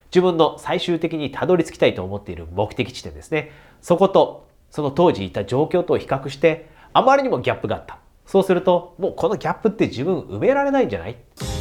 自分の最終的にたどり着きたいと思っている目的地点ですね。そことその当時いた状況と比較して、あまりにもギャップがあった。そうすると、もうこのギャップって自分埋められないんじゃない？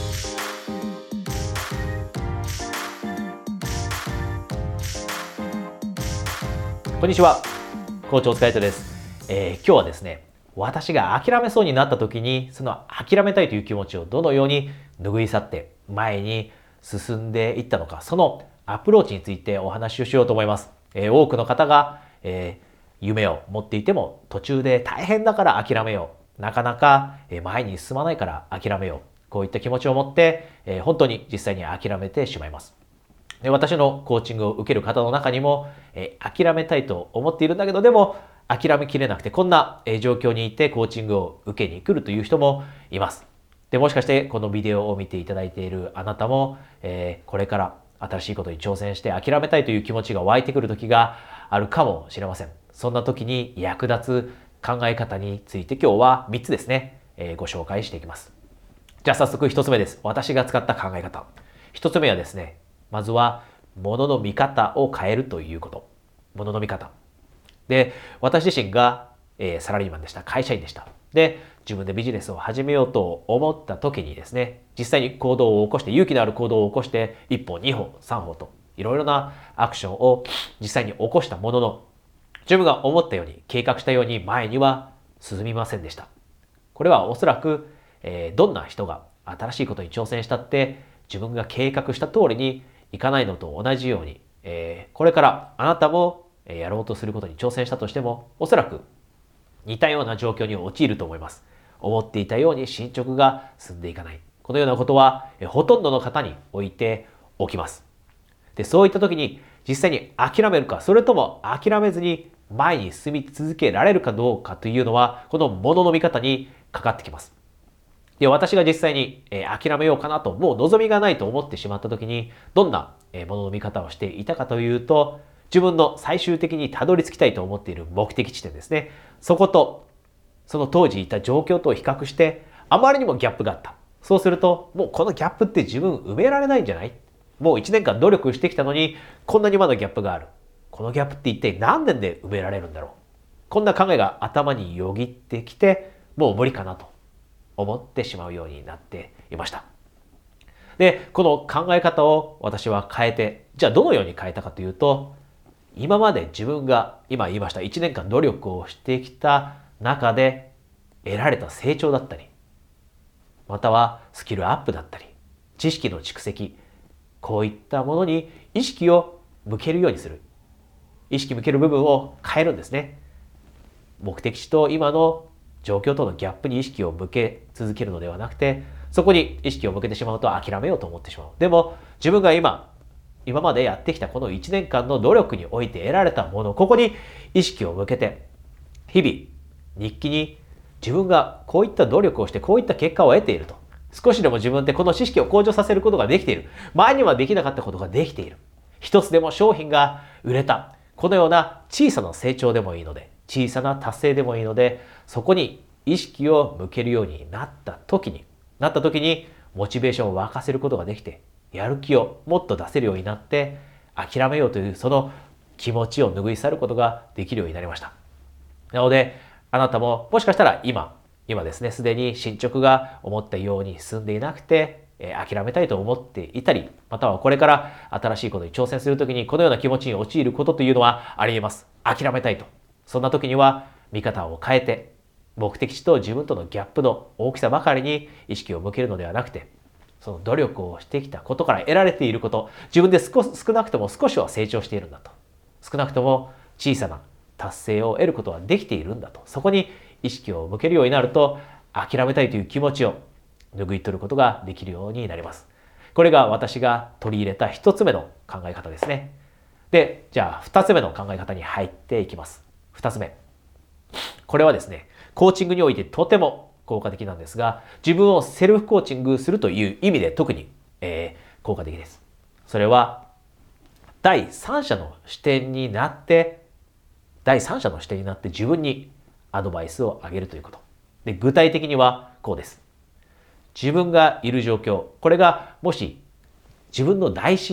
こんにちは。校長お疲れ様です。今日はですね、私が諦めそうになった時に、その諦めたいという気持ちをどのように拭い去って前に進んでいったのか、そのアプローチについてお話をしようと思います。多くの方が、夢を持っていても途中で大変だから諦めよう。なかなか前に進まないから諦めよう。こういった気持ちを持って、本当に実際に諦めてしまいます。で、私のコーチングを受ける方の中にも、諦めたいと思っているんだけど、でも諦めきれなくてこんな状況にいてコーチングを受けに来るという人もいます。で、もしかしてこのビデオを見ていただいているあなたも、これから新しいことに挑戦して諦めたいという気持ちが湧いてくる時があるかもしれません。そんな時に役立つ考え方について今日は3つですね、ご紹介していきます。じゃあ早速1つ目です。私が使った考え方。1つ目はですね、まずは物の見方を変えるということ。物の見方。で、私自身が、サラリーマンでした。会社員でした。で、自分でビジネスを始めようと思った時にですね、実際に行動を起こして、勇気のある行動を起こして、1歩、2歩、3歩と、いろいろなアクションを実際に起こしたものの、自分が思ったように、計画したように前には進みませんでした。これはおそらく、どんな人が新しいことに挑戦したって、自分が計画した通りにいかないのと同じように、これからあなたもやろうとすることに挑戦したとしても、おそらく似たような状況に陥ると思います。思っていたように進捗が進んでいかない。このようなことはほとんどの方において起きます。で、そういった時に実際に諦めるか、それとも諦めずに前に進み続けられるかどうかというのは、この物の見方にかかってきます。で、私が実際に諦めようかなと、もう望みがないと思ってしまった時に、どんな物の見方をしていたかというと、自分の最終的にたどり着きたいと思っている目的地点ですね。そことその当時いた状況と比較して、あまりにもギャップがあった。そうすると、もうこのギャップって自分埋められないんじゃない？もう1年間努力してきたのに、こんなにまだギャップがある。このギャップって一体何年で埋められるんだろう。こんな考えが頭によぎってきて、もう無理かなと思ってしまうようになっていました。で、この考え方を私は変えて、じゃあどのように変えたかというと、今まで自分が今言いました1年間努力をしてきた中で得られた成長だったり、またはスキルアップだったり、知識の蓄積、こういったものに意識を向けるようにする。意識向ける部分を変えるんですね。目的地と今の状況とのギャップに意識を向け続けるのではなくて、そこに意識を向けてしまうと諦めようと思ってしまう。でも自分が今までやってきたこの1年間の努力において得られたもの、ここに意識を向けて、日々日記に自分がこういった努力をしてこういった結果を得ていると。少しでも自分ってこの知識を向上させることができている。前にはできなかったことができている。一つでも商品が売れた。このような小さな成長でもいいので、小さな達成でもいいので、そこに意識を向けるようになった時に、モチベーションを沸かせることができて、やる気をもっと出せるようになって、諦めようというその気持ちを拭い去ることができるようになりました。なので、あなたももしかしたら今ですね、すでに進捗が思ったように進んでいなくて、諦めたいと思っていたり、またはこれから新しいことに挑戦するときにこのような気持ちに陥ることというのはあり得ます。諦めたいと。そんな時には見方を変えて、目的地と自分とのギャップの大きさばかりに意識を向けるのではなくて、その努力をしてきたことから得られていること、自分で少なくとも少しは成長しているんだと。少なくとも小さな達成を得ることはできているんだと。そこに意識を向けるようになると、諦めたいという気持ちを拭い取ることができるようになります。これが私が取り入れた一つ目の考え方ですね。で、じゃあ二つ目の考え方に入っていきます。二つ目。これはですね、コーチングにおいてとても効果的なんですが、自分をセルフコーチングするという意味で特に、効果的です。それは第三者の視点になって自分にアドバイスをあげるということ。で、具体的にはこうです。自分がいる状況、これがもし自分の大親友、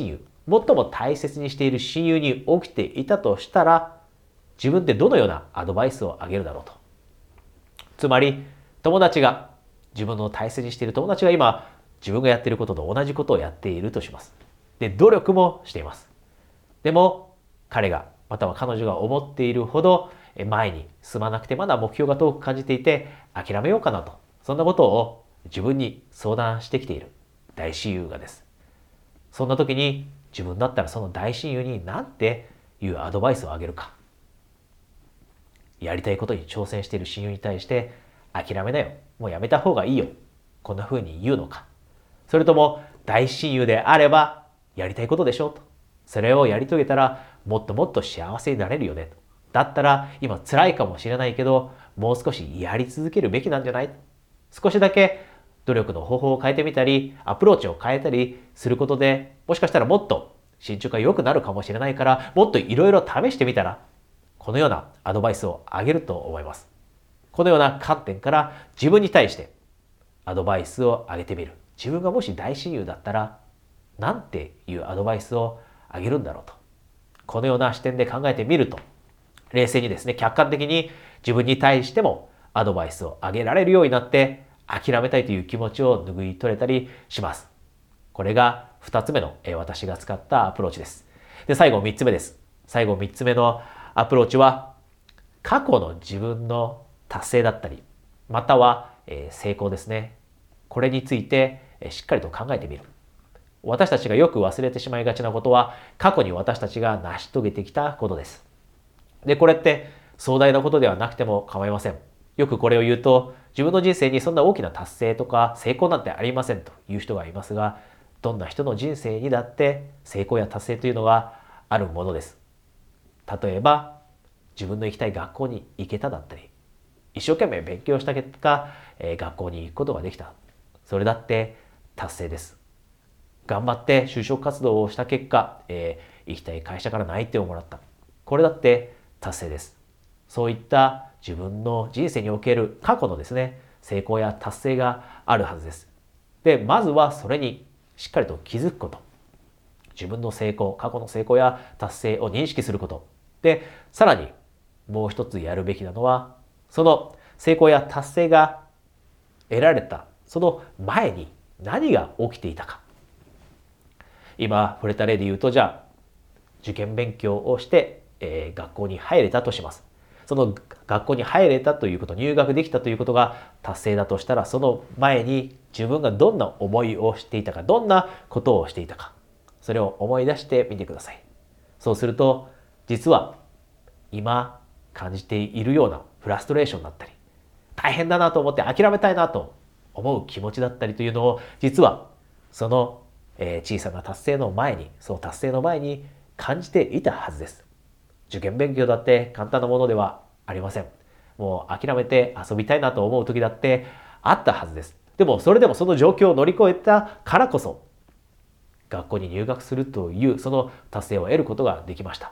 最も大切にしている親友に起きていたとしたら、自分ってどのようなアドバイスをあげるだろうと。つまり、自分の大切にしている友達が今、自分がやっていることと同じことをやっているとします。で、努力もしています。でも、彼が、または彼女が思っているほど前に進まなくて、まだ目標が遠く感じていて、諦めようかなと。そんなことを自分に相談してきている大親友がです。そんな時に、自分だったらその大親友に何ていうアドバイスをあげるか。やりたいことに挑戦している親友に対して、諦めなよ。もうやめた方がいいよ。こんな風に言うのか。それとも、大親友であれば、やりたいことでしょと。それをやり遂げたら、もっともっと幸せになれるよねと。だったら、今辛いかもしれないけど、もう少しやり続けるべきなんじゃない？少しだけ努力の方法を変えてみたり、アプローチを変えたりすることで、もしかしたらもっと進捗が良くなるかもしれないから、もっといろいろ試してみたら、このようなアドバイスをあげると思います。このような観点から自分に対してアドバイスをあげてみる。自分がもし大親友だったら、なんていうアドバイスをあげるんだろうと。このような視点で考えてみると、冷静にですね、客観的に自分に対してもアドバイスをあげられるようになって、諦めたいという気持ちを拭い取れたりします。これが2つ目の私が使ったアプローチです。で、最後3つ目です。最後3つ目のアプローチは、過去の自分の達成だったり、または成功ですね。これについてしっかりと考えてみる。私たちがよく忘れてしまいがちなことは、過去に私たちが成し遂げてきたことです。で、これって壮大なことではなくても構いません。よくこれを言うと、自分の人生にそんな大きな達成とか成功なんてありませんという人がいますが、どんな人の人生にだって成功や達成というのはあるものです。例えば、自分の行きたい学校に行けただったり、一生懸命勉強した結果、学校に行くことができた。それだって達成です。頑張って就職活動をした結果、行きたい会社から内定をもらった。これだって達成です。そういった自分の人生における過去のですね、成功や達成があるはずです。で、まずはそれにしっかりと気づくこと。自分の成功、過去の成功や達成を認識すること。で、さらにもう一つやるべきなのは、その成功や達成が得られた、その前に何が起きていたか。今触れた例で言うと、じゃあ受験勉強をして、学校に入れたとします。その学校に入れたということ、入学できたということが達成だとしたら、その前に自分がどんな思いをしていたか、どんなことをしていたか、それを思い出してみてください。そうすると、実は今感じているようなフラストレーションだったり、大変だなと思って諦めたいなと思う気持ちだったりというのを、実はその小さな達成の前に、その達成の前に感じていたはずです。受験勉強だって簡単なものではありません。もう諦めて遊びたいなと思う時だってあったはずです。でもそれでもその状況を乗り越えたからこそ、学校に入学するというその達成を得ることができました。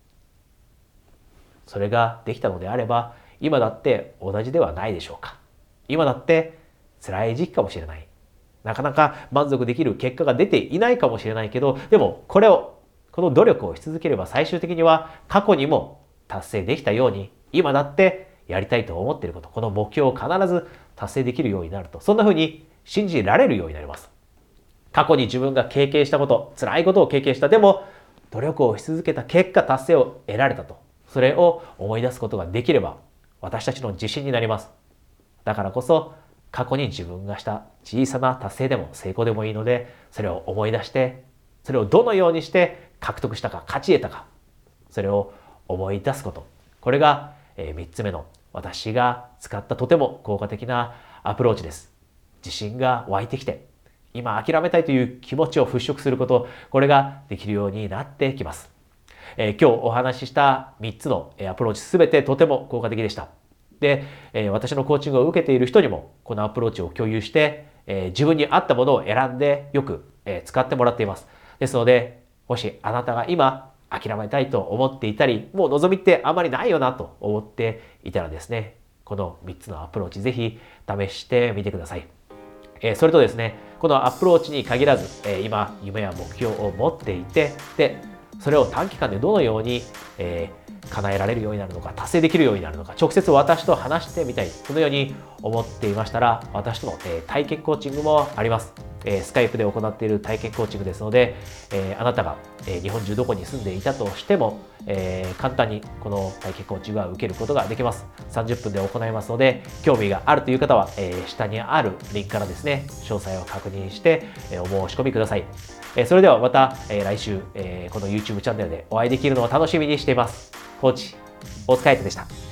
それができたのであれば、今だって同じではないでしょうか。今だって辛い時期かもしれない。なかなか満足できる結果が出ていないかもしれないけど、でもこの努力をし続ければ、最終的には過去にも達成できたように、今だってやりたいと思っていること、この目標を必ず達成できるようになると、そんな風に信じられるようになります。過去に自分が経験したこと、辛いことを経験した。でも努力をし続けた結果、達成を得られたと。それを思い出すことができれば、私たちの自信になります。だからこそ、過去に自分がした小さな達成でも成功でもいいので、それを思い出して、それをどのようにして獲得したか、勝ち得たか、それを思い出すこと。これが3つ目の私が使ったとても効果的なアプローチです。自信が湧いてきて、今諦めたいという気持ちを払拭すること、これができるようになってきます。今日お話しした3つのアプローチすべてとても効果的でした。で、私のコーチングを受けている人にもこのアプローチを共有して、自分に合ったものを選んでよく使ってもらっています。ですので、もしあなたが今諦めたいと思っていたり、もう望みってあまりないよなと思っていたらですね、この3つのアプローチぜひ試してみてください。それとですね、 このアプローチに限らず、今夢や目標を持っていて、でそれを短期間でどのように、叶えられるようになるのか、達成できるようになるのか、直接私と話してみたい、そのように思っていましたら、私との、体験コーチングもあります。スカイプで行っている体験コーチングですので、あなたが、日本中どこに住んでいたとしても、簡単にこの体験コーチングは受けることができます。30分で行いますので、興味があるという方は、下にあるリンクからですね、詳細を確認して、お申し込みください。それではまた、来週、この YouTube チャンネルでお会いできるのを楽しみにしています。コーチ、大塚愛斗でした。